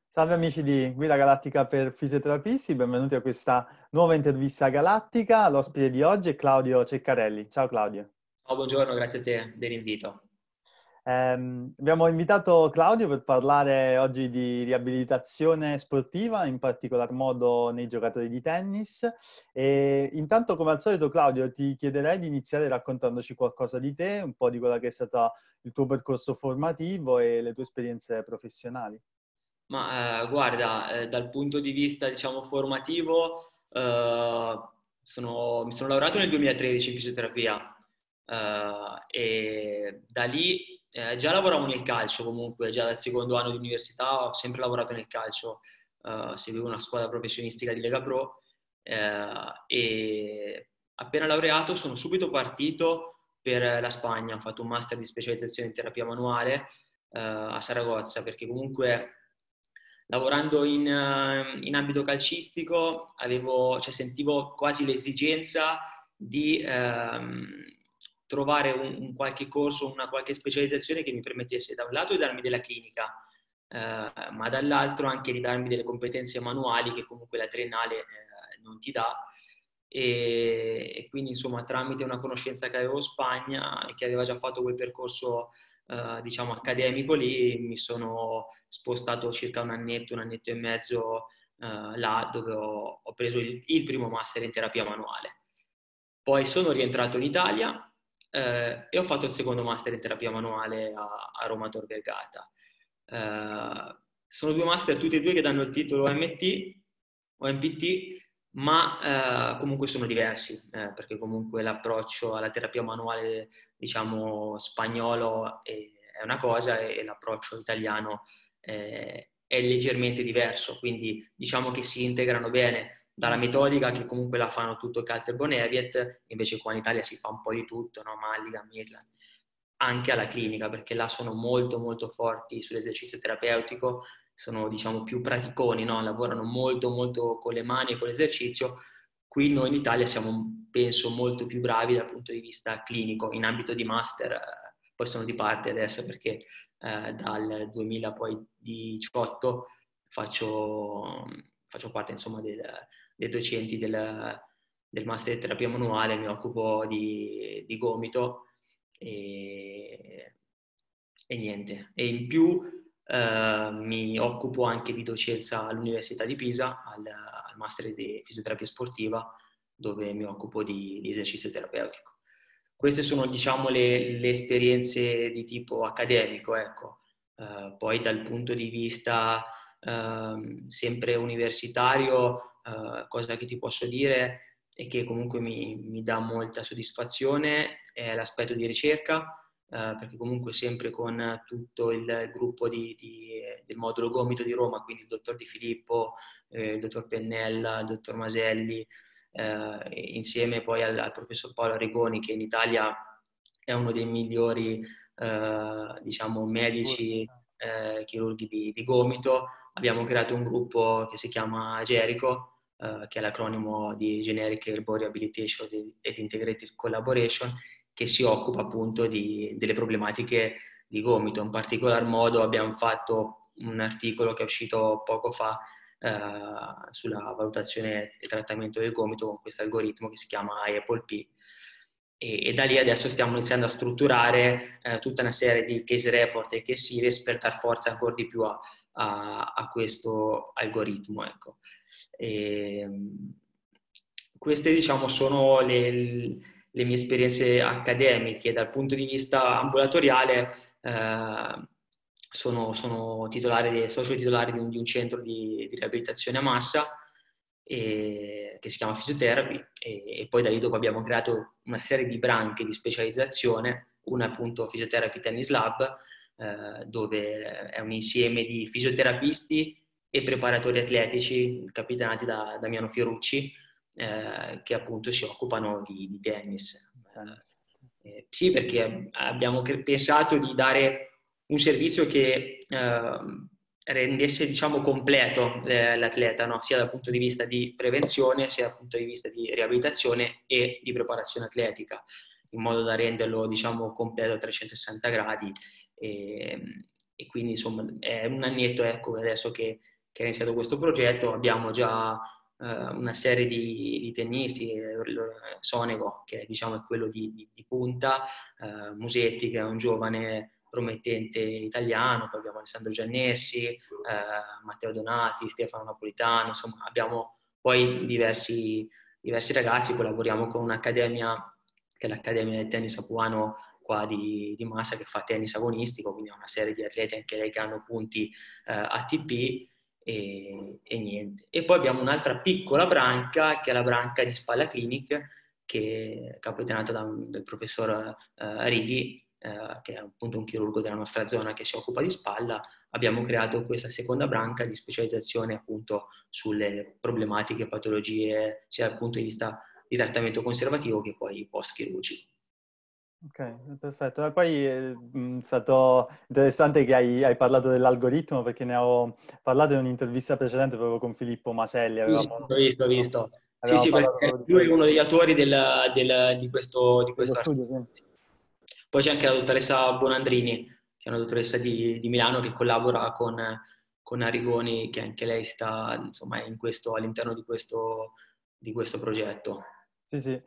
Salve amici di Guida Galattica per Fisioterapisti, benvenuti a questa nuova intervista galattica. L'ospite di oggi è Claudio Ceccarelli. Ciao Claudio. Ciao, buongiorno, grazie a te dell'invito. Abbiamo invitato Claudio per parlare oggi di riabilitazione sportiva, in particolar modo nei giocatori di tennis. E intanto, come al solito, Claudio, ti chiederei di iniziare raccontandoci qualcosa di te, un po' di quello che è stato il tuo percorso formativo e le tue esperienze professionali. Guarda, dal punto di vista, diciamo, formativo, mi sono laureato nel 2013 in fisioterapia e da lì già lavoravo nel calcio comunque, già dal secondo anno di università ho sempre lavorato nel calcio, seguivo una squadra professionistica di Lega Pro e appena laureato sono subito partito per la Spagna, ho fatto un master di specializzazione in terapia manuale a Saragozza perché comunque lavorando in ambito calcistico sentivo quasi l'esigenza di trovare un qualche corso, una qualche specializzazione che mi permettesse da un lato di darmi della clinica, ma dall'altro anche di darmi delle competenze manuali che comunque la triennale non ti dà. E quindi insomma tramite una conoscenza che avevo in Spagna e che aveva già fatto quel percorso diciamo accademico lì, mi sono spostato circa un annetto e mezzo là dove ho preso il primo master in terapia manuale. Poi sono rientrato in Italia e ho fatto il secondo master in terapia manuale a Roma Tor Vergata. Sono due master tutti e due che danno il titolo OMT o MPT, ma comunque sono diversi, perché comunque l'approccio alla terapia manuale, diciamo, spagnolo è una cosa e l'approccio italiano è leggermente diverso, quindi diciamo che si integrano bene dalla metodica che comunque la fanno tutto Calter Boneviet, invece qua in Italia si fa un po' di tutto, no? Mulligan, Midland, anche alla clinica, perché là sono molto molto forti sull'esercizio terapeutico, sono diciamo più praticoni, no? Lavorano molto molto con le mani e con l'esercizio. Qui noi in Italia siamo, penso, molto più bravi dal punto di vista clinico, in ambito di master, poi sono di parte adesso perché dal 2018 faccio parte insomma dei docenti del master di terapia manuale, mi occupo di gomito e, e niente. E in più mi occupo anche di docenza all'Università di Pisa, al master di fisioterapia sportiva, dove mi occupo di esercizio terapeutico. Queste sono, diciamo, le esperienze di tipo accademico, ecco. Poi dal punto di vista sempre universitario, cosa che ti posso dire è che comunque mi dà molta soddisfazione è l'aspetto di ricerca, perché comunque sempre con tutto il gruppo del modulo Gomito di Roma, quindi il dottor Di Filippo, il dottor Pennella, il dottor Maselli, insieme poi al professor Paolo Arrigoni, che in Italia è uno dei migliori diciamo, medici chirurghi di gomito. Abbiamo creato un gruppo che si chiama Gerico, che è l'acronimo di Generic Elbow Rehabilitation ed Integrated Collaboration, che si occupa appunto delle problematiche di gomito. In particolar modo abbiamo fatto un articolo che è uscito poco fa sulla valutazione e trattamento del gomito con questo algoritmo che si chiama Apple P. E da lì adesso stiamo iniziando a strutturare tutta una serie di case report e case series per dar forza ancora di più a questo algoritmo. Ecco. E, queste diciamo sono le mie esperienze accademiche. Dal punto di vista ambulatoriale sono socio titolare di un centro di riabilitazione a massa che si chiama Physiotherapy e poi da lì dopo abbiamo creato una serie di branche di specializzazione, una appunto Physiotherapy Tennis Lab, dove è un insieme di fisioterapisti e preparatori atletici capitanati da Damiano Fiorucci, che appunto si occupano di tennis. Tennis. Sì, perché abbiamo pensato di dare un servizio che rendesse diciamo completo l'atleta, no? Sia dal punto di vista di prevenzione, sia dal punto di vista di riabilitazione e di preparazione atletica, in modo da renderlo diciamo completo a 360 gradi e quindi insomma è un annetto ecco, adesso che ha iniziato questo progetto. Abbiamo già una serie di tennisti, Sonego, che diciamo è quello di punta, Musetti, che è un giovane promettente italiano, poi abbiamo Alessandro Giannessi, Matteo Donati, Stefano Napolitano, insomma abbiamo poi diversi ragazzi. Collaboriamo con un'accademia, che è l'Accademia del Tennis Apuano qua di Massa, che fa tennis agonistico, quindi ha una serie di atleti anche lei che hanno punti ATP e niente. E poi abbiamo un'altra piccola branca, che è la branca di Spalla Clinic, che è capitanata dal professor Righi, che è appunto un chirurgo della nostra zona che si occupa di spalla. Abbiamo creato questa seconda branca di specializzazione appunto sulle problematiche e patologie, sia dal punto di vista di trattamento conservativo che poi post-chirurgico. Ok, perfetto. E poi è stato interessante che hai parlato dell'algoritmo, perché ne ho parlato in un'intervista precedente proprio con Filippo Maselli. Ho visto. Sì, Avevamo sì, parlato perché proprio di lui è quello. uno degli autori di Dello questo studio, articolo. sì. Poi c'è anche la dottoressa Bonandrini, che è una dottoressa di Milano che collabora con Arrigoni, che anche lei sta, insomma, all'interno di questo progetto. Sì, sì.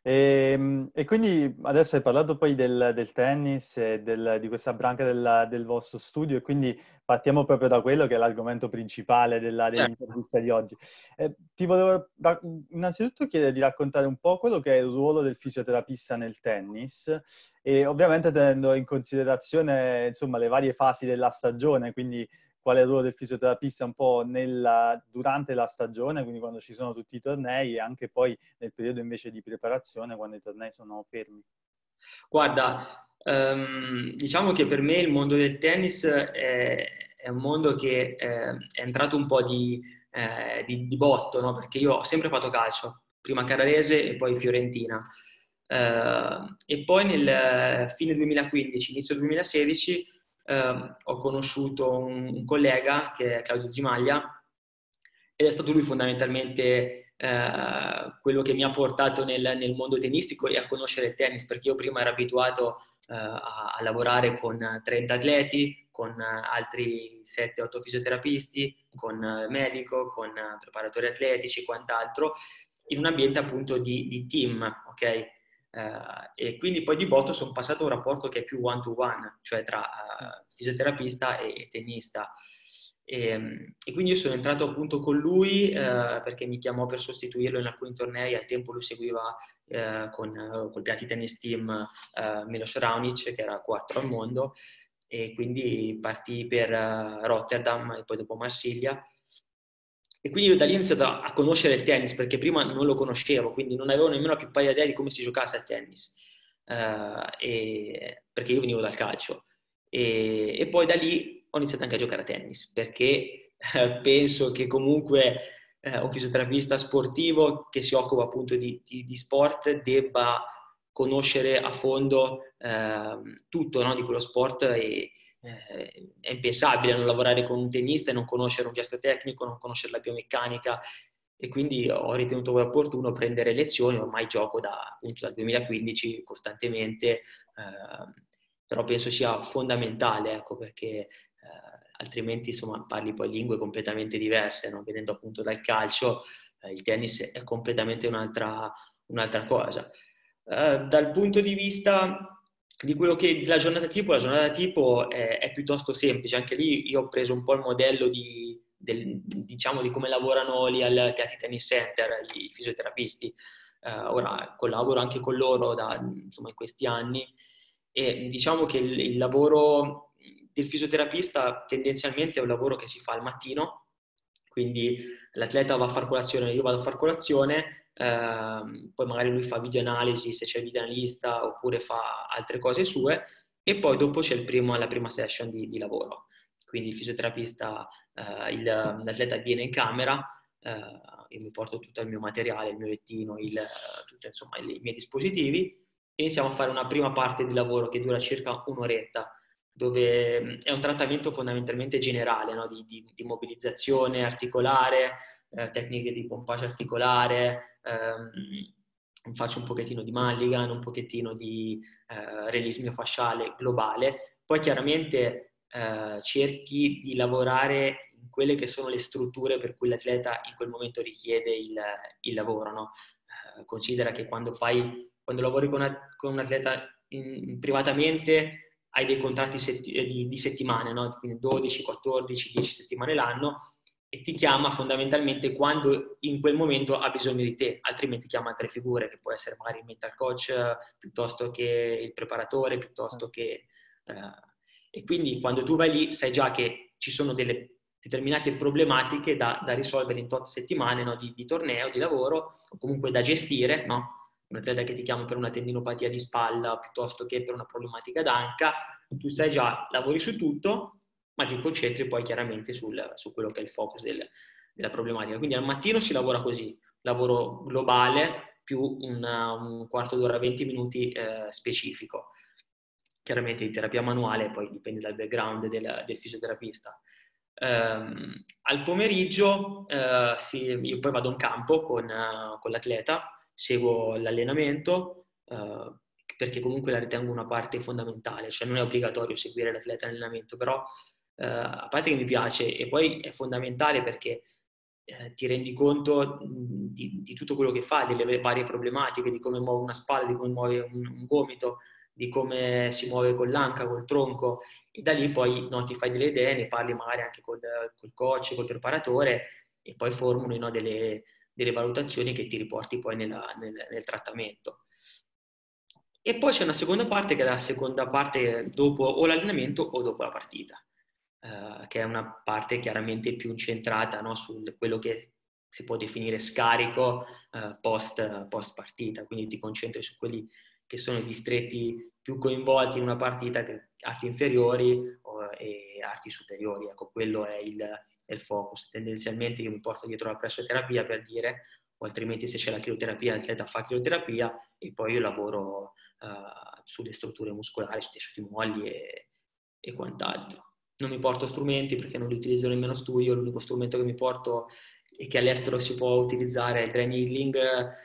E quindi adesso hai parlato poi del tennis e di questa branca del vostro studio, e quindi partiamo proprio da quello che è l'argomento principale Certo. dell'intervista di oggi. Ti volevo innanzitutto chiedere di raccontare un po' quello che è il ruolo del fisioterapista nel tennis, e ovviamente tenendo in considerazione, insomma, le varie fasi della stagione, quindi qual è il ruolo del fisioterapista un po' durante la stagione, quindi quando ci sono tutti i tornei, e anche poi nel periodo invece di preparazione, quando i tornei sono fermi. Guarda, diciamo che per me il mondo del tennis è un mondo che è entrato un po' di botto, no? Perché io ho sempre fatto calcio, prima Carrarese e poi Fiorentina. E poi nel fine 2015, inizio 2016, ho conosciuto un collega che è Claudio Zimaglia, ed è stato lui fondamentalmente quello che mi ha portato nel mondo tennistico e a conoscere il tennis, perché io prima ero abituato a lavorare con 30 atleti, con altri 7-8 fisioterapisti, con medico, con preparatori atletici e quant'altro, in un ambiente appunto di team, ok? E quindi poi di botto sono passato a un rapporto che è più one to one, cioè tra fisioterapista e tennista. E quindi io sono entrato appunto con lui perché mi chiamò per sostituirlo in alcuni tornei. Al tempo lui seguiva col Piatti Tennis Team Milos Raonic, che era 4 al mondo, e quindi partì per Rotterdam e poi dopo Marsiglia. E quindi io da lì ho iniziato a conoscere il tennis, perché prima non lo conoscevo, quindi non avevo nemmeno la più pallida idea di come si giocasse a tennis, perché io venivo dal calcio. E poi da lì ho iniziato anche a giocare a tennis, perché penso che comunque un fisioterapista sportivo che si occupa appunto di sport debba conoscere a fondo tutto, no, di quello sport, e è impensabile non lavorare con un tennista e non conoscere un gesto tecnico, non conoscere la biomeccanica, e quindi ho ritenuto opportuno prendere lezioni. Ormai gioco appunto dal 2015 costantemente, però penso sia fondamentale, ecco, perché altrimenti insomma parli poi lingue completamente diverse, no? Vedendo appunto dal calcio, il tennis è completamente un'altra cosa. Dal punto di vista di quello che la giornata tipo è piuttosto semplice. Anche lì io ho preso un po' il modello diciamo, di come lavorano lì al Piatti Tennis Center i fisioterapisti. Ora collaboro anche con loro insomma, in questi anni, e diciamo che il lavoro del fisioterapista tendenzialmente è un lavoro che si fa al mattino, quindi l'atleta va a far colazione, io vado a far colazione, poi magari lui fa videoanalisi se c'è il videoanalista, oppure fa altre cose sue, e poi dopo c'è la prima session di lavoro. Quindi il fisioterapista, l'atleta viene in camera, io mi porto tutto il mio materiale, il mio lettino, tutto, insomma, i miei dispositivi, e iniziamo a fare una prima parte di lavoro che dura circa un'oretta, dove è un trattamento fondamentalmente generale, no? di mobilizzazione articolare, tecniche di pompaggio articolare, faccio un pochettino di Mulligan, un pochettino di release miofasciale globale. Poi chiaramente cerchi di lavorare in quelle che sono le strutture per cui l'atleta in quel momento richiede il lavoro, no? Considera che quando lavori con un atleta privatamente hai dei contratti di settimane, no? Quindi 12, 14, 10 settimane l'anno, e ti chiama fondamentalmente quando in quel momento ha bisogno di te, altrimenti chiama altre figure, che può essere magari il mental coach, piuttosto che il preparatore, piuttosto che... e quindi quando tu vai lì sai già che ci sono delle determinate problematiche da risolvere in tot settimane, no? di torneo, di lavoro, o comunque da gestire, no? Un atleta che ti chiama per una tendinopatia di spalla piuttosto che per una problematica d'anca, tu sai già, lavori su tutto, ma ti concentri poi chiaramente su quello che è il focus della problematica. Quindi al mattino si lavora così, lavoro globale più un quarto d'ora, 20 minuti specifico. Chiaramente di terapia manuale, poi dipende dal background del fisioterapista. Al pomeriggio io poi vado in campo con l'atleta, seguo l'allenamento, perché comunque la ritengo una parte fondamentale, cioè non è obbligatorio seguire l'atleta in allenamento, però a parte che mi piace, e poi è fondamentale perché ti rendi conto di tutto quello che fa, delle varie problematiche, di come muove una spalla, di come muove un gomito, di come si muove con l'anca, col tronco, e da lì poi no, ti fai delle idee, ne parli magari anche col coach, col preparatore, e poi formuli, no, delle valutazioni che ti riporti poi nel trattamento. E poi c'è una seconda parte, che è la seconda parte dopo o l'allenamento o dopo la partita, che è una parte chiaramente più incentrata, no, su quello che si può definire scarico post partita, quindi ti concentri su quelli che sono i distretti più coinvolti in una partita, che arti inferiori e arti superiori. Ecco, quello è il focus. Tendenzialmente io mi porto dietro la pressoterapia, per dire, o altrimenti se c'è la crioterapia, l'atleta fa crioterapia, e poi io lavoro sulle strutture muscolari, sui tessuti molli e quant'altro. Non mi porto strumenti perché non li utilizzo nemmeno studio, l'unico strumento che mi porto e che all'estero si può utilizzare è il dry needling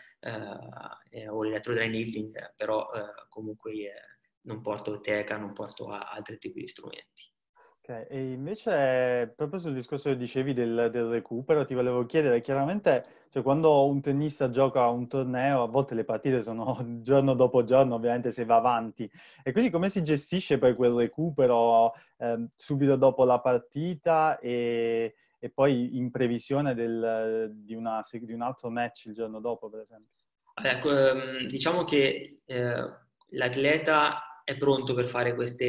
o l'electro dry needling, però comunque non porto teca, non porto altri tipi di strumenti. Ok, e invece proprio sul discorso che dicevi del recupero, ti volevo chiedere, chiaramente, cioè, quando un tennista gioca a un torneo, a volte le partite sono giorno dopo giorno, ovviamente se va avanti, e quindi come si gestisce poi quel recupero subito dopo la partita e poi in previsione di un altro match il giorno dopo, per esempio? Ecco, diciamo che l'atleta è pronto per fare questo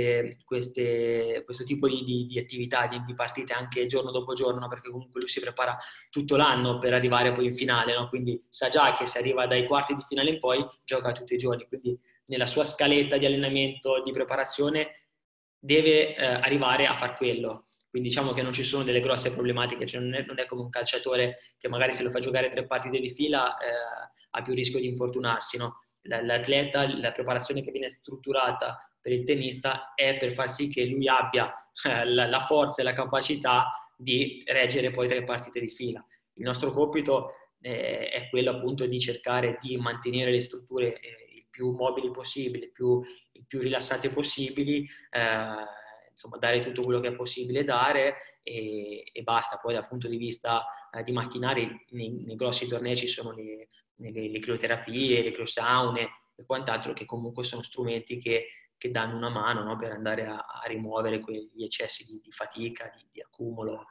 tipo di attività, di partite anche giorno dopo giorno, no? Perché comunque lui si prepara tutto l'anno per arrivare poi in finale, no? Quindi sa già che se arriva dai quarti di finale in poi gioca tutti i giorni, quindi nella sua scaletta di allenamento, di preparazione, deve arrivare a far quello. Quindi diciamo che non ci sono delle grosse problematiche, cioè non è come un calciatore che magari se lo fa giocare 3 partite di fila ha più rischio di infortunarsi, no? L'atleta, la preparazione che viene strutturata per il tennista è per far sì che lui abbia la forza e la capacità di reggere poi 3 partite di fila. Il nostro compito è quello appunto di cercare di mantenere le strutture il più mobili possibile, il più rilassate possibili, insomma dare tutto quello che è possibile dare e basta. Poi dal punto di vista di macchinari, nei grossi tornei ci sono le crioterapie, le criosaune e quant'altro, che comunque sono strumenti che danno una mano, no? Per andare a rimuovere quegli eccessi di fatica, di accumulo,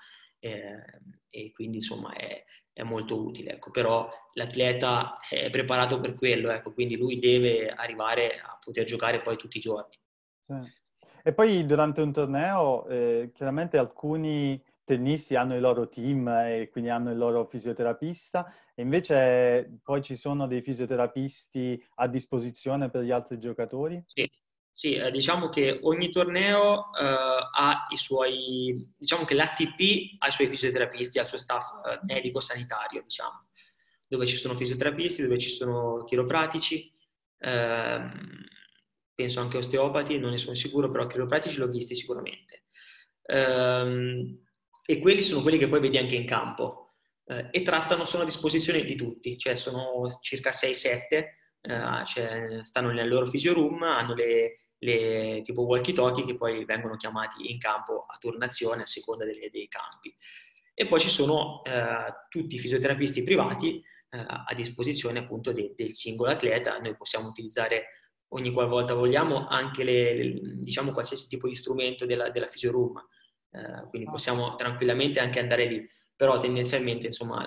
e quindi insomma è molto utile, ecco. Però l'atleta è preparato per quello, ecco, quindi lui deve arrivare a poter giocare poi tutti i giorni. Sì. E poi durante un torneo, chiaramente alcuni tennisti hanno il loro team e quindi hanno il loro fisioterapista, e invece poi ci sono dei fisioterapisti a disposizione per gli altri giocatori? Sì, diciamo che ogni torneo ha i suoi, diciamo che l'ATP ha i suoi fisioterapisti, ha il suo staff medico-sanitario, diciamo, dove ci sono fisioterapisti, dove ci sono chiropratici, penso anche osteopati, non ne sono sicuro, però chiropratici l'ho visti sicuramente. E quelli sono quelli che poi vedi anche in campo e sono a disposizione di tutti, cioè sono circa 6-7, cioè, stanno nel loro physio room, hanno le tipo walkie-talkie che poi vengono chiamati in campo a turnazione a seconda dei campi. e poi ci sono tutti i fisioterapisti privati a disposizione appunto del singolo atleta. Noi possiamo utilizzare ogni qualvolta vogliamo anche diciamo qualsiasi tipo di strumento della Physioroom, quindi possiamo tranquillamente anche andare lì, però tendenzialmente insomma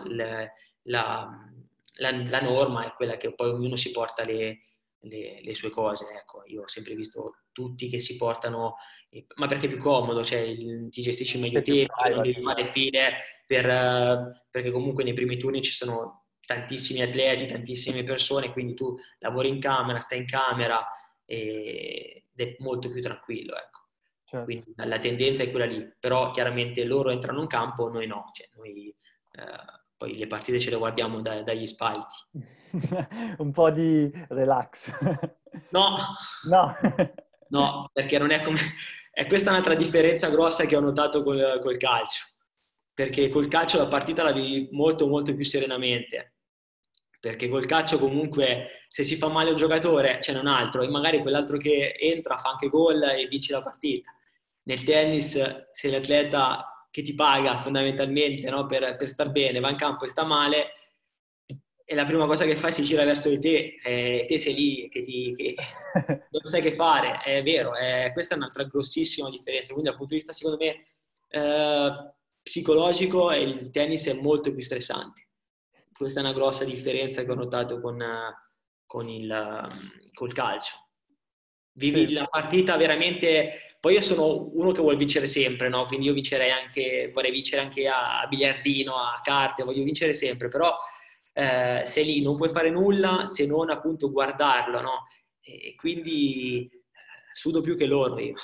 la norma è quella che poi ognuno si porta le sue cose. Ecco, io ho sempre visto tutti che si portano, ma perché è più comodo, cioè ti gestisci meglio È più te, non privacy, devi fare file perché comunque nei primi turni ci sono tantissimi atleti, tantissime persone, quindi tu lavori in camera, stai in camera ed è molto più tranquillo, ecco. certo. Quindi la tendenza è quella lì, però chiaramente loro entrano in campo, noi no, cioè noi poi le partite ce le guardiamo dagli spalti. Un po' di relax. No, No. no, perché non è come... È questa un'altra differenza grossa che ho notato col calcio, perché col calcio la partita la vivi molto molto più serenamente, perché col calcio comunque se si fa male un giocatore c'è un altro e magari quell'altro che entra fa anche gol e vince la partita. Nel tennis, se l'atleta che ti paga fondamentalmente, no, per star bene va in campo e sta male, e la prima cosa che fai si gira verso di te, e te sei lì che non sai che fare, è vero, questa è un'altra grossissima differenza, quindi dal punto di vista secondo me psicologico il tennis è molto più stressante. Questa è una grossa differenza che ho notato col calcio. Vivi Sì. la partita veramente. Poi io sono uno che vuole vincere sempre, no? Quindi io vorrei vincere anche a biliardino, a carte, voglio vincere sempre, però sei lì, non puoi fare nulla se non appunto guardarlo, no? E quindi sudo più che loro io.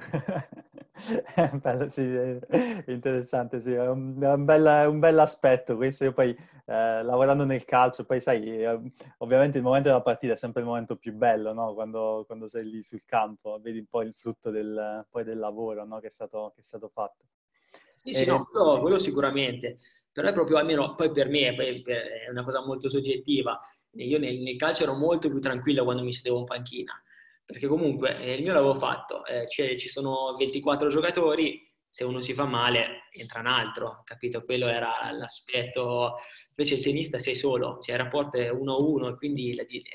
Bello, sì, è interessante, sì, è un bell'aspetto questo. Io poi, lavorando nel calcio, poi sai, ovviamente il momento della partita è sempre il momento più bello, no? Quando sei lì sul campo, vedi un po' il frutto poi del lavoro, no? Che è stato fatto. Sì, sì, E, no, quello sicuramente, però è proprio, almeno poi per me, è una cosa molto soggettiva, io nel calcio ero molto più tranquillo quando mi sedevo in panchina, perché comunque il mio l'avevo fatto, ci sono 24 giocatori, se uno si fa male entra un altro, capito? Quello era l'aspetto, invece il tennista sei solo, cioè il rapporto è 1-1 e quindi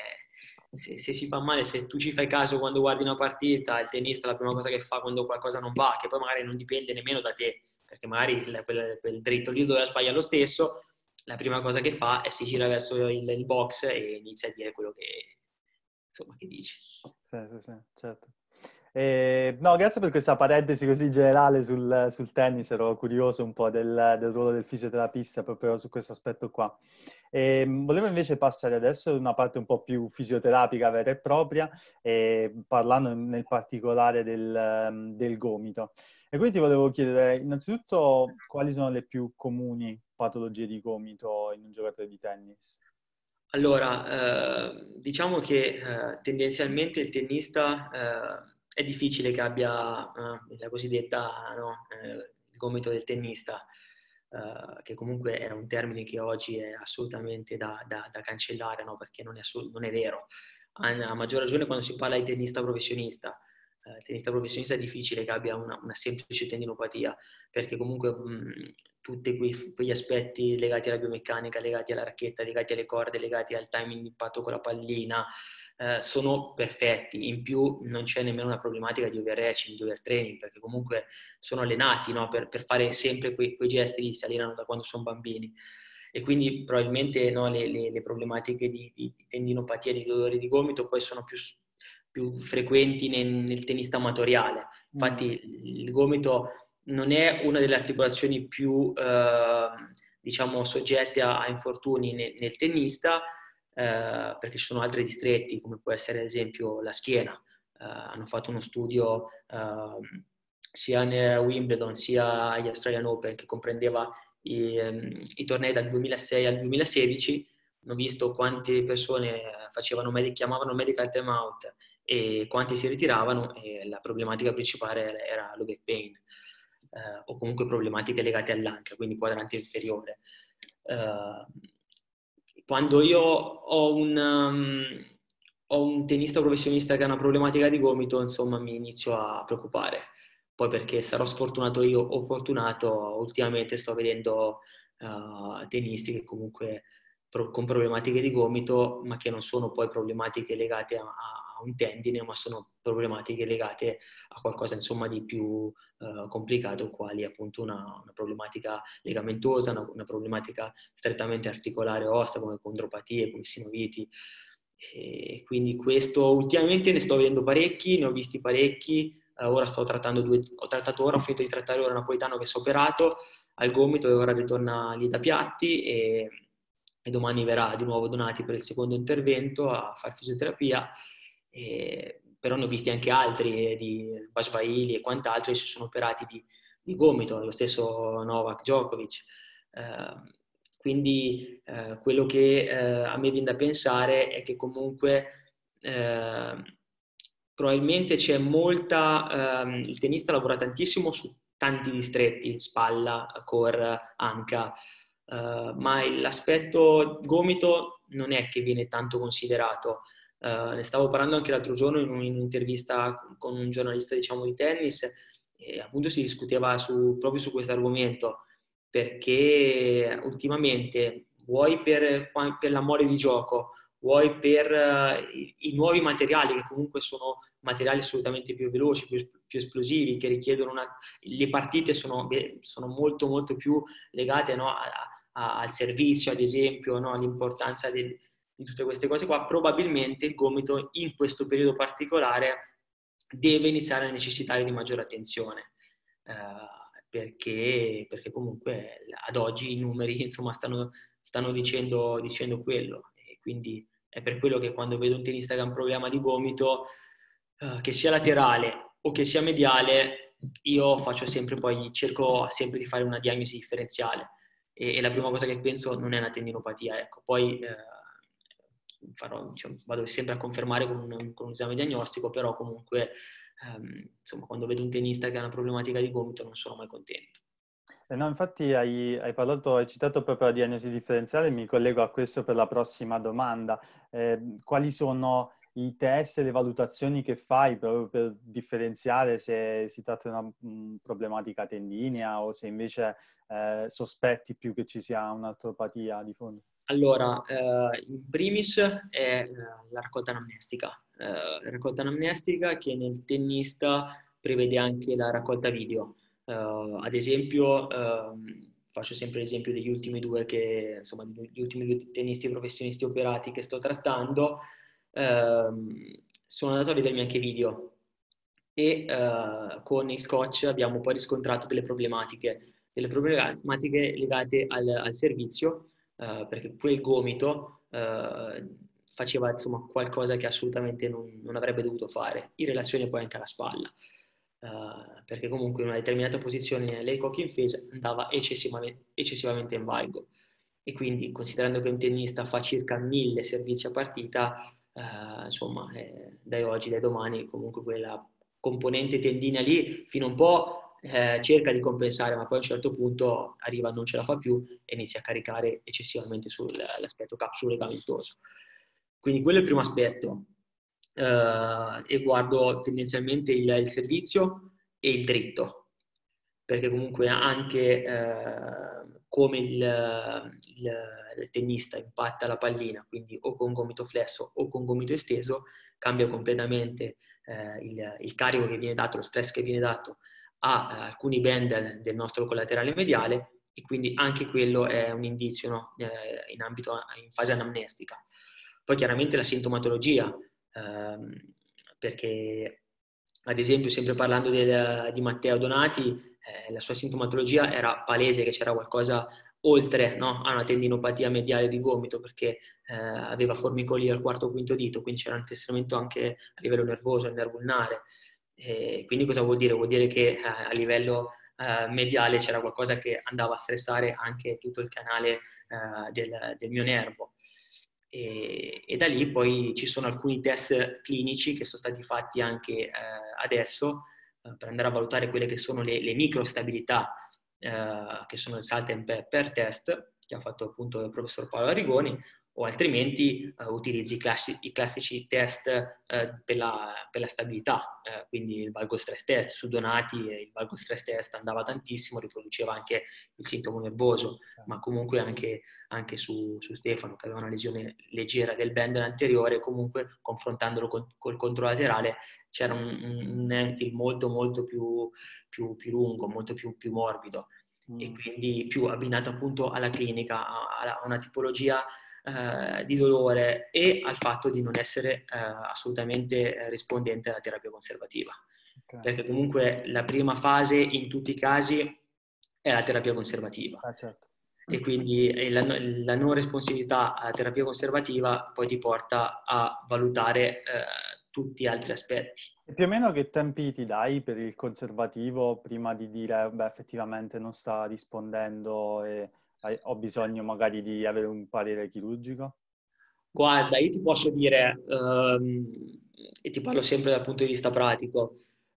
se si fa male, se tu ci fai caso quando guardi una partita, il tennista la prima cosa che fa quando qualcosa non va, che poi magari non dipende nemmeno da te, perché magari quel dritto lì doveva sbagliare lo stesso, la prima cosa che fa è si gira verso il box e inizia a dire quello che dice. sì, sì, sì, certo. No, grazie per questa parentesi così generale sul tennis, ero curioso un po' del ruolo del fisioterapista proprio su questo aspetto qua. Volevo invece passare adesso ad una parte un po' più fisioterapica vera e propria, parlando nel particolare del gomito. E quindi ti volevo chiedere innanzitutto quali sono le più comuni patologie di gomito in un giocatore di tennis? Allora, diciamo che tendenzialmente il tennista è difficile che abbia la cosiddetta, no, il gomito del tennista, che comunque è un termine che oggi è assolutamente da cancellare, no, perché non è vero. A maggior ragione quando si parla di tennista professionista. Il tennista professionista è difficile che abbia una semplice tendinopatia, perché comunque tutti quegli aspetti legati alla biomeccanica, legati alla racchetta, legati alle corde, legati al timing di impatto con la pallina, sono perfetti. In più non c'è nemmeno una problematica di overreaching, di overtraining, perché comunque sono allenati, no? per fare sempre quei gesti che si allenano da quando sono bambini. E quindi probabilmente no, le problematiche di tendinopatia, di dolori di gomito poi sono più frequenti nel tennista amatoriale. Infatti il gomito non è una delle articolazioni più diciamo soggette a infortuni nel tennista, perché ci sono altri distretti come può essere ad esempio la schiena. Hanno fatto uno studio sia a Wimbledon sia agli Australian Open che comprendeva i tornei dal 2006 al 2016. Hanno visto quante persone chiamavano medical timeout e quanti si ritiravano, e la problematica principale era lo back pain, o comunque problematiche legate all'anca, quindi quadrante inferiore. Quando io ho un tennista professionista che ha una problematica di gomito, insomma mi inizio a preoccupare, poi perché sarò sfortunato io o fortunato, ultimamente sto vedendo tennisti che comunque con problematiche di gomito, ma che non sono poi problematiche legate a un tendine, ma sono problematiche legate a qualcosa insomma di più complicato, quali appunto una problematica legamentosa, una problematica strettamente articolare o ossea, come condropatie, come sinoviti. E quindi questo ultimamente ne sto vedendo parecchi, ne ho visti parecchi. Ora ho finito di trattare ora Napolitano che si è operato al gomito e ora ritorna lì da Piatti e domani verrà di nuovo Donati per il secondo intervento a fare fisioterapia. Però ne ho visti anche altri, di Basvaili e quant'altro, che si sono operati di gomito, lo stesso Novak Djokovic. Quindi quello che a me viene da pensare è che comunque probabilmente c'è il tennista lavora tantissimo su tanti distretti, spalla, core, anca, ma l'aspetto gomito non è che viene tanto considerato. Ne stavo parlando anche l'altro giorno in un'intervista con un giornalista, diciamo, di tennis, e appunto si discuteva proprio su questo argomento, perché ultimamente, vuoi per l'amore di gioco, vuoi per i nuovi materiali, che comunque sono materiali assolutamente più veloci, più esplosivi, che richiedono le partite sono molto molto più legate, no, al servizio, ad esempio, no, all'importanza di tutte queste cose qua. Probabilmente il gomito in questo periodo particolare deve iniziare a necessitare di maggiore attenzione, perché comunque ad oggi i numeri insomma stanno dicendo quello, e quindi è per quello che quando vedo un tennista che ha un problema di gomito, che sia laterale o che sia mediale, io cerco sempre di fare una diagnosi differenziale, e la prima cosa che penso non è una tendinopatia, ecco. Poi vado sempre a confermare con un esame diagnostico, però comunque insomma, quando vedo un tennista che ha una problematica di gomito non sono mai contento. No, infatti hai citato proprio la diagnosi differenziale, mi collego a questo per la prossima domanda. Quali sono i test e le valutazioni che fai proprio per differenziare se si tratta di una problematica tendinea o se invece sospetti più che ci sia un'artropatia di fondo? Allora, in primis è la raccolta anamnestica. La raccolta anamnestica che nel tennista prevede anche la raccolta video. Ad esempio, faccio sempre l'esempio degli ultimi due gli ultimi due tennisti professionisti operati che sto trattando, sono andato a vedermi anche video e con il coach abbiamo poi riscontrato delle problematiche legate al servizio, perché quel gomito faceva insomma qualcosa che assolutamente non avrebbe dovuto fare, in relazione poi anche alla spalla, perché comunque in una determinata posizione l'Aycock in phase andava eccessivamente in valgo, e quindi considerando che un tennista fa circa 1000 servizi a partita, insomma dai oggi, dai domani, comunque quella componente tendina lì fino a un po' cerca di compensare, ma poi a un certo punto arriva, non ce la fa più e inizia a caricare eccessivamente sull'aspetto capsulo-legamentoso. Quindi quello è il primo aspetto, e guardo tendenzialmente il servizio e il dritto, perché comunque anche come il tennista impatta la pallina, quindi o con gomito flesso o con gomito esteso, cambia completamente il carico che viene dato, lo stress che viene dato a alcuni band del nostro collaterale mediale, e quindi anche quello è un indizio, no? In fase anamnestica. Poi chiaramente la sintomatologia, perché ad esempio sempre parlando di Matteo Donati, la sua sintomatologia era palese che c'era qualcosa oltre, no, a una tendinopatia mediale di gomito, perché aveva formicolio al quarto o quinto dito, quindi c'era un tesseramento anche a livello nervoso, al nervo ulnare. Quindi cosa vuol dire? Vuol dire che a livello mediale c'era qualcosa che andava a stressare anche tutto il canale del mio nervo. E da lì poi ci sono alcuni test clinici che sono stati fatti anche adesso, per andare a valutare quelle che sono le microstabilità, che sono il Salt and Pepper test, che ha fatto appunto il professor Paolo Arrigoni, o altrimenti utilizzi i classici test per la stabilità, quindi il valgo stress test. Su Donati il valgo stress test andava tantissimo, riproduceva anche il sintomo nervoso, ma comunque anche su Stefano, che aveva una lesione leggera del band anteriore, comunque confrontandolo col controlaterale c'era un Enfield molto molto più lungo, molto più morbido, e quindi più abbinato appunto alla clinica, a una tipologia di dolore e al fatto di non essere assolutamente rispondente alla terapia conservativa. Okay. Perché comunque la prima fase in tutti i casi è la terapia conservativa. Certo. E quindi la non responsività alla terapia conservativa poi ti porta a valutare tutti gli altri aspetti. E più o meno che tempi ti dai per il conservativo prima di dire, beh, effettivamente non sta rispondendo e ho bisogno magari di avere un parere chirurgico? Guarda, io ti posso dire, e ti parlo sempre dal punto di vista pratico,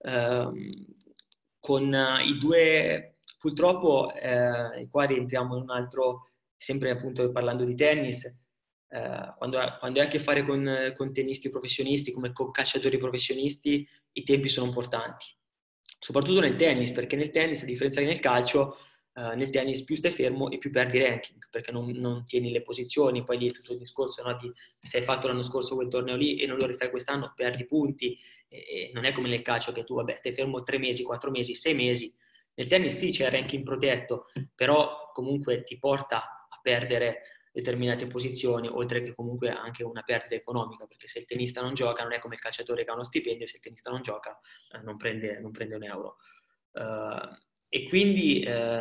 con i due, purtroppo, e qua rientriamo in un altro, sempre appunto parlando di tennis, quando hai a che fare con tennisti professionisti, come con calciatori professionisti, i tempi sono importanti. Soprattutto nel tennis, perché nel tennis, a differenza che nel calcio, nel tennis più stai fermo e più perdi ranking, perché non tieni le posizioni, poi lì è tutto il discorso, no, di se hai fatto l'anno scorso quel torneo lì e non lo rifai quest'anno, perdi punti, e non è come nel calcio che tu, vabbè, stai fermo 3 mesi, 4 mesi, 6 mesi. Nel tennis sì, c'è il ranking protetto, però comunque ti porta a perdere determinate posizioni, oltre che comunque anche una perdita economica, perché se il tennista non gioca non è come il calciatore che ha uno stipendio, se il tennista non gioca non prende un euro. E quindi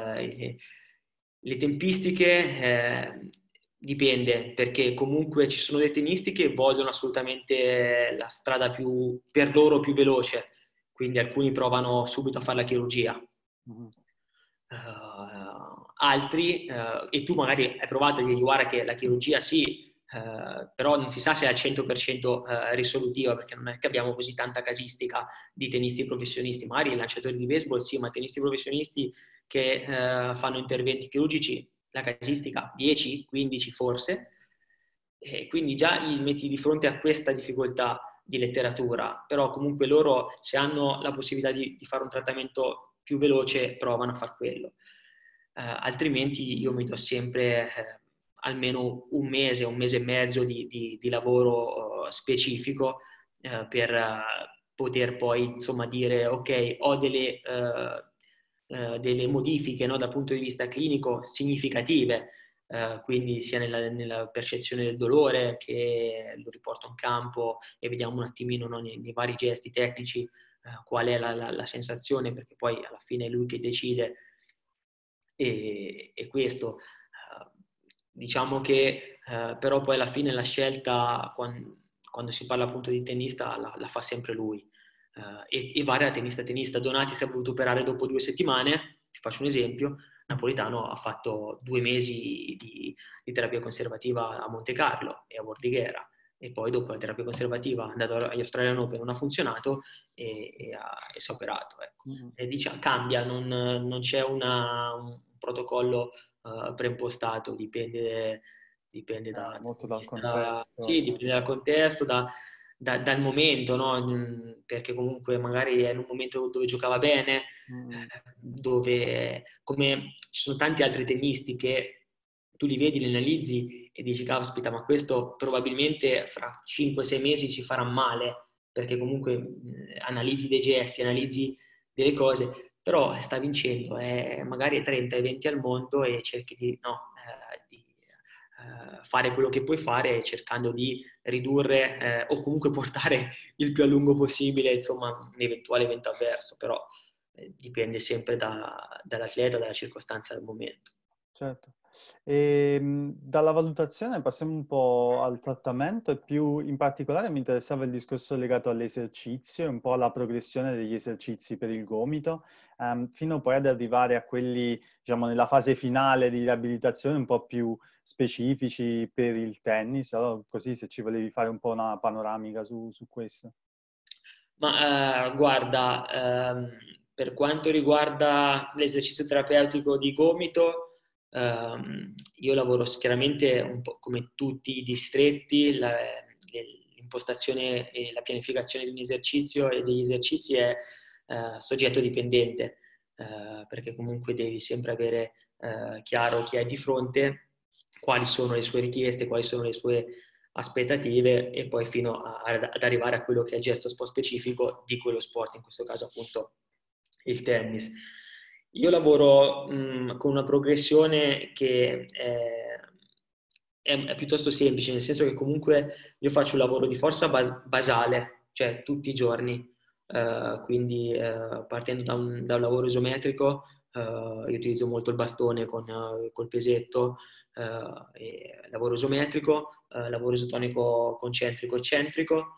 le tempistiche dipende, perché comunque ci sono dei tennisti che vogliono assolutamente la strada per loro più veloce, quindi alcuni provano subito a fare la chirurgia. Mm-hmm. Altri, e tu magari hai provato a dirgli guarda che la chirurgia sì, però non si sa se è al 100% risolutiva, perché non è che abbiamo così tanta casistica di tennisti professionisti. Magari i lanciatori di baseball sì, ma tennisti professionisti che fanno interventi chirurgici, la casistica 10, 15 forse, e quindi già li metti di fronte a questa difficoltà di letteratura, però comunque loro, se hanno la possibilità di fare un trattamento più veloce, provano a far quello. Altrimenti io mi do sempre almeno un mese e mezzo di lavoro specifico per poter poi insomma dire ok, ho delle modifiche, no, dal punto di vista clinico significative, quindi sia nella percezione del dolore, che lo riporto in campo e vediamo un attimino, no, nei vari gesti tecnici qual è la sensazione, perché poi alla fine è lui che decide. E questo, diciamo che però poi alla fine la scelta, quando si parla appunto di tennista, la fa sempre lui, e varia da tennista a tennista. Donati si è voluto operare dopo 2 settimane, ti faccio un esempio. Napolitano ha fatto 2 mesi di terapia conservativa a Monte Carlo e a Bordighera, e poi dopo la terapia conservativa è andato agli Australian Open, non ha funzionato e si è operato, ecco. E diciamo, cambia, non c'è un protocollo preimpostato, dipende molto dal contesto. sì, dipende dal contesto, dal momento, no? Perché comunque magari è in un momento dove giocava bene, dove come ci sono tanti altri tennisti che tu li vedi, li analizzi e dici caspita, ma questo probabilmente fra 5-6 mesi ci farà male, perché comunque analizzi dei gesti, analizzi delle cose, però sta vincendo, magari è 30 e 20 al mondo e cerchi di fare quello che puoi fare, cercando di ridurre o comunque portare il più a lungo possibile, insomma, un eventuale evento avverso, però dipende sempre dall'atleta, dalla circostanza del momento. Certo. E, dalla valutazione passiamo un po' al trattamento, e più in particolare mi interessava il discorso legato all'esercizio e un po' alla progressione degli esercizi per il gomito, fino poi ad arrivare a quelli, diciamo, nella fase finale di riabilitazione un po' più specifici per il tennis. Allora, così se ci volevi fare un po' una panoramica su questo. Ma guarda, per quanto riguarda l'esercizio terapeutico di gomito, io lavoro chiaramente un po' come tutti i distretti, l'impostazione e la pianificazione di un esercizio e degli esercizi è soggetto dipendente, perché comunque devi sempre avere chiaro chi hai di fronte, quali sono le sue richieste, quali sono le sue aspettative e poi fino ad arrivare a quello che è il gesto sport specifico di quello sport, in questo caso appunto il tennis. Io lavoro con una progressione che è piuttosto semplice, nel senso che comunque io faccio un lavoro di forza basale, cioè tutti i giorni, quindi partendo da un lavoro isometrico, io utilizzo molto il bastone col pesetto, lavoro isometrico, lavoro isotonico concentrico eccentrico,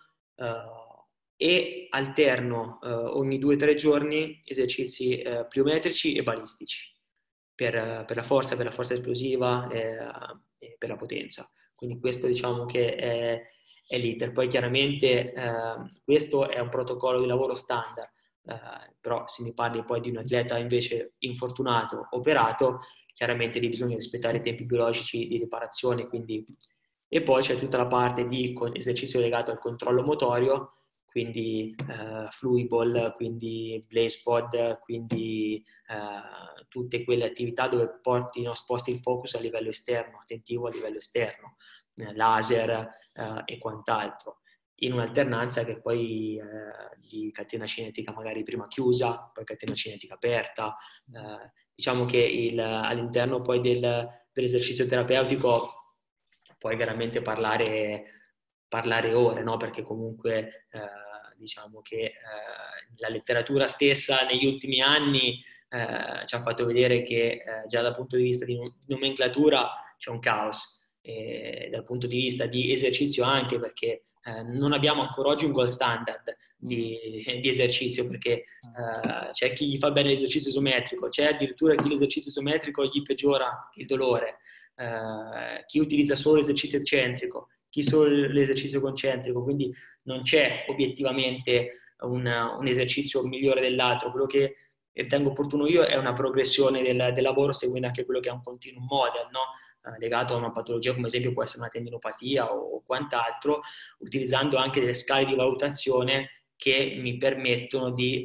e alterno ogni 2 o 3 giorni esercizi pliometrici e balistici per la forza esplosiva e per la potenza. Quindi questo diciamo che è l'iter. Poi chiaramente questo è un protocollo di lavoro standard, però se mi parli poi di un atleta invece infortunato, operato, chiaramente lì bisogna rispettare i tempi biologici di riparazione, quindi... E poi c'è tutta la parte di esercizio legato al controllo motorio, quindi Fluiball, quindi BlazePod, quindi tutte quelle attività dove sposti il focus a livello esterno, attentivo a livello esterno, laser e quant'altro, in un'alternanza che poi di catena cinetica magari prima chiusa, poi catena cinetica aperta. Diciamo che all'interno poi dell'esercizio terapeutico puoi veramente parlare ore, no? Perché comunque diciamo che la letteratura stessa negli ultimi anni ci ha fatto vedere che già dal punto di vista di nomenclatura c'è un caos, e dal punto di vista di esercizio anche, perché non abbiamo ancora oggi un gold standard di esercizio, perché c'è chi fa bene l'esercizio isometrico, c'è addirittura chi l'esercizio isometrico gli peggiora il dolore, chi utilizza solo l'esercizio eccentrico, chi solo l'esercizio concentrico, quindi non c'è obiettivamente un esercizio migliore dell'altro. Quello che ritengo opportuno io è una progressione del lavoro, seguendo anche quello che è un continuum model, no? Legato a una patologia come esempio può essere una tendinopatia o quant'altro, utilizzando anche delle scale di valutazione che mi permettono di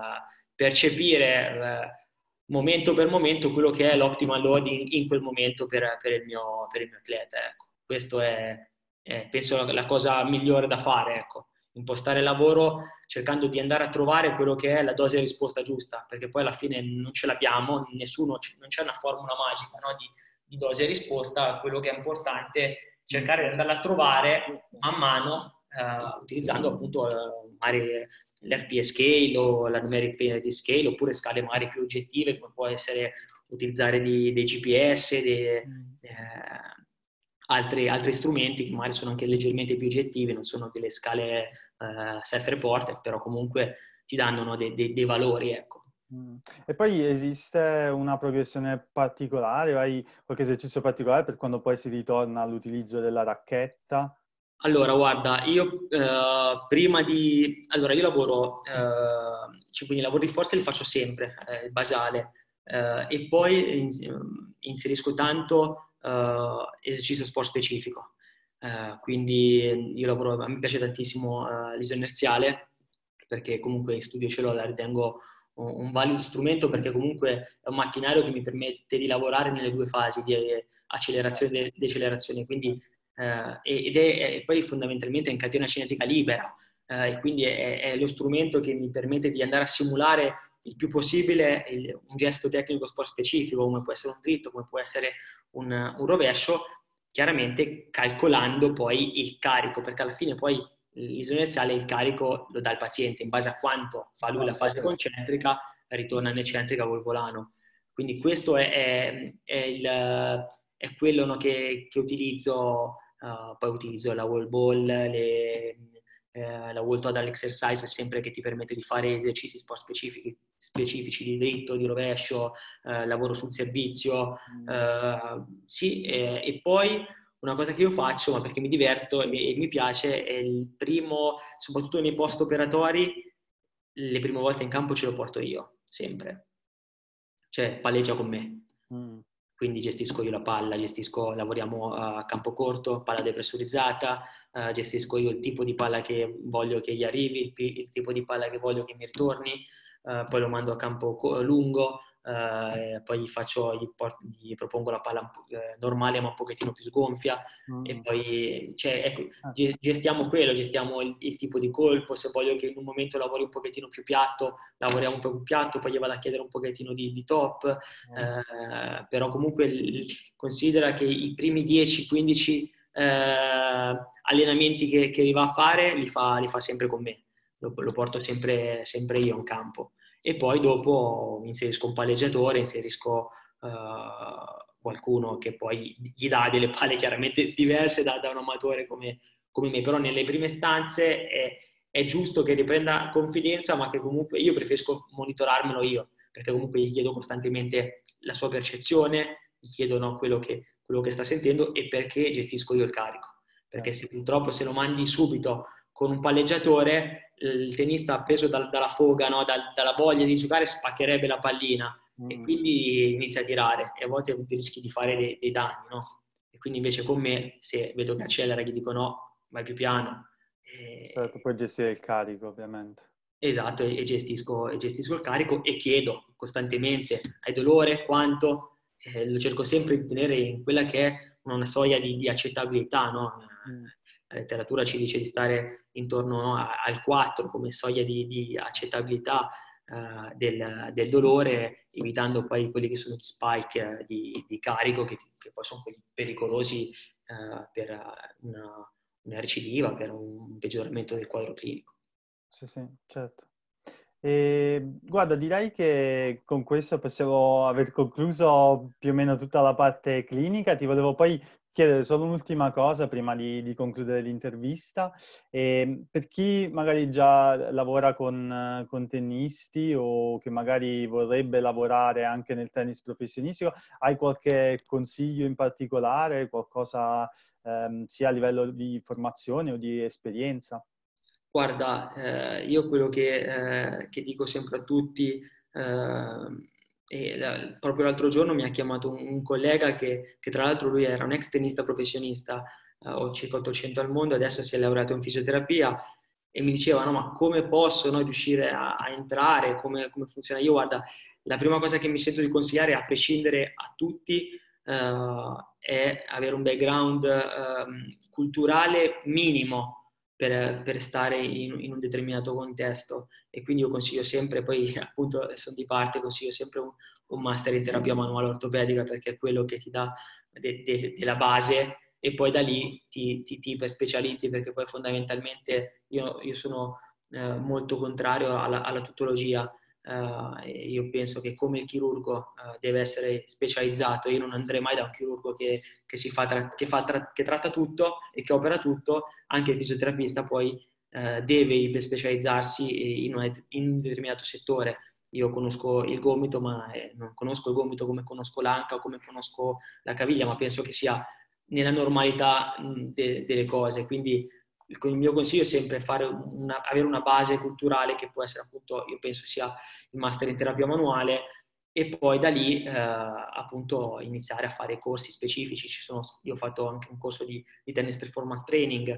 percepire momento per momento quello che è l'optimal loading in quel momento per il mio atleta. Ecco. Questo è penso la cosa migliore da fare, ecco. Impostare il lavoro cercando di andare a trovare quello che è la dose di risposta giusta, perché poi alla fine non ce l'abbiamo, non c'è una formula magica, no, di dose e risposta. Quello che è importante è cercare di andarla a trovare man mano, utilizzando appunto magari l'RPE scale o la numeric penalty scale, oppure scale magari più oggettive come può essere utilizzare dei GPS, altri strumenti che magari sono anche leggermente più oggettivi, non sono delle scale self-reported, però comunque ti danno dei valori, ecco. E poi esiste una progressione particolare, o hai qualche esercizio particolare per quando poi si ritorna all'utilizzo della racchetta? Allora, guarda, io Allora, io lavoro, quindi i lavori di forza li faccio sempre, basale, e poi inserisco tanto esercizio sport specifico. Quindi io lavoro, a me piace tantissimo l'isoinerziale, perché comunque in studio ce l'ho, la ritengo un valido strumento, perché comunque è un macchinario che mi permette di lavorare nelle 2 fasi di accelerazione e decelerazione, quindi e poi fondamentalmente è in catena cinetica libera, e quindi è lo strumento che mi permette di andare a simulare il più possibile un gesto tecnico sport specifico, come può essere un dritto, come può essere un rovescio, chiaramente calcolando poi il carico, perché alla fine poi l'isoinerziale il carico lo dà il paziente, in base a quanto fa lui la fase concentrica, ritorna in eccentrica col volano. Quindi questo è quello, no, che utilizzo. Poi utilizzo la wall ball, la wall total exercise, sempre che ti permette di fare esercizi sport specifici di dritto, di rovescio, lavoro sul servizio. Sì, e poi una cosa che io faccio, ma perché mi diverto e mi piace, è il primo, soprattutto nei post operatori, le prime volte in campo ce lo porto io, sempre. Cioè, palleggia con me. quindi gestisco io la palla, lavoriamo a campo corto, palla depressurizzata, gestisco io il tipo di palla che voglio che gli arrivi, il tipo di palla che voglio che mi ritorni, poi lo mando a campo lungo, poi gli propongo la palla normale ma un pochettino più sgonfia, e poi ecco, gestiamo quello, gestiamo il tipo di colpo. Se voglio che in un momento lavori un pochettino più piatto, lavoriamo un po' più piatto, poi gli vado a chiedere un pochettino di top, però comunque considera che i primi 10-15 allenamenti che li va a fare li fa sempre con me, lo porto sempre io in campo, e poi dopo inserisco un palleggiatore, inserisco qualcuno che poi gli dà delle palle chiaramente diverse da un amatore come me, però nelle prime stanze è giusto che riprenda confidenza, ma che comunque io preferisco monitorarmelo io, perché comunque gli chiedo costantemente la sua percezione, gli chiedo, no, quello che sta sentendo, e perché gestisco io il carico. Perché purtroppo se lo mandi subito con un palleggiatore, il tennista preso dalla foga, no, dalla voglia di giocare, spaccherebbe la pallina e quindi inizia a tirare, e a volte rischi di fare dei danni, no? E quindi invece con me, se vedo che accelera, gli dico no, vai più piano. Certo, puoi gestire il carico, ovviamente. Esatto, e gestisco il carico e chiedo costantemente: hai dolore? Quanto? Lo cerco sempre di tenere in quella che è una soglia di accettabilità, no? La letteratura ci dice di stare intorno, no, al 4 come soglia di accettabilità del dolore, evitando poi quelli che sono gli spike di carico, che poi sono quelli pericolosi per una recidiva, per un peggioramento del quadro clinico. Sì, sì, certo. E, guarda, direi che con questo possiamo aver concluso più o meno tutta la parte clinica. Ti volevo poi chiedere solo un'ultima cosa prima di concludere l'intervista. Per chi magari già lavora con tennisti o che magari vorrebbe lavorare anche nel tennis professionistico, hai qualche consiglio in particolare, qualcosa sia a livello di formazione o di esperienza? Guarda, io quello che dico sempre a tutti, proprio l'altro giorno mi ha chiamato un collega che tra l'altro lui era un ex tennista professionista, ho circa 800 al mondo, adesso si è laureato in fisioterapia, e mi diceva: no, ma come posso, no, riuscire a entrare, come funziona? Io, guarda, la prima cosa che mi sento di consigliare, a prescindere a tutti, è avere un background culturale minimo per stare in un determinato contesto, e quindi io consiglio sempre, poi appunto sono di parte, consiglio sempre un master in terapia manuale ortopedica, perché è quello che ti dà della base, e poi da lì ti specializzi, perché poi fondamentalmente io sono molto contrario alla tutologia. Io penso che come il chirurgo deve essere specializzato, io non andrei mai da un chirurgo che tratta tutto e che opera tutto. Anche il fisioterapista poi deve iperspecializzarsi in un determinato settore. Io conosco il gomito, ma non conosco il gomito come conosco l'anca o come conosco la caviglia, ma penso che sia nella normalità delle cose. Quindi il mio consiglio è sempre avere una base culturale, che può essere appunto, io penso sia il master in terapia manuale, e poi da lì appunto iniziare a fare corsi specifici. Io ho fatto anche un corso di tennis performance training,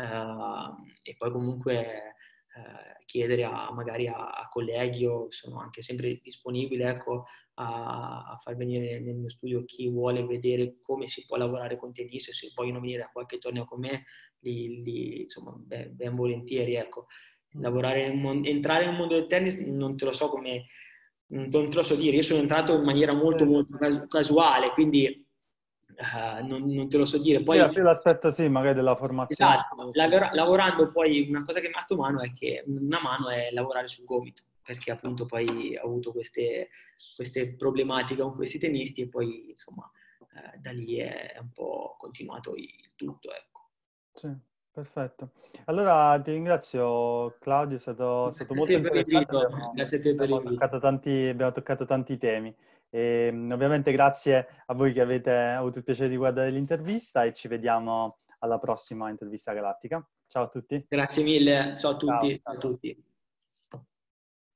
e poi comunque chiedere magari a colleghi, io sono anche sempre disponibile, ecco, a far venire nel mio studio chi vuole vedere come si può lavorare con tennis, se vogliono venire a qualche torneo con me, insomma, ben volentieri, ecco. Entrare nel mondo del tennis non te lo so non te lo so dire. Io sono entrato in maniera molto molto casuale, quindi non te lo so dire. Poi, Sì, l'aspetto sì, magari della formazione. esatto, lavorando poi, una cosa che mi ha fatto una mano è lavorare sul gomito, perché appunto poi ho avuto queste problematiche con questi tennisti, e poi insomma da lì è un po' continuato il tutto, ecco. Sì, perfetto. Allora ti ringrazio Claudio, è stato Grazie a molto te per interessante, l'invito. Grazie a te per l'invito. abbiamo toccato tanti temi. E, ovviamente grazie a voi che avete avuto il piacere di guardare l'intervista, e ci vediamo alla prossima intervista galattica. Ciao a tutti. Grazie mille, ciao a Ciao. tutti. Ciao a tutti.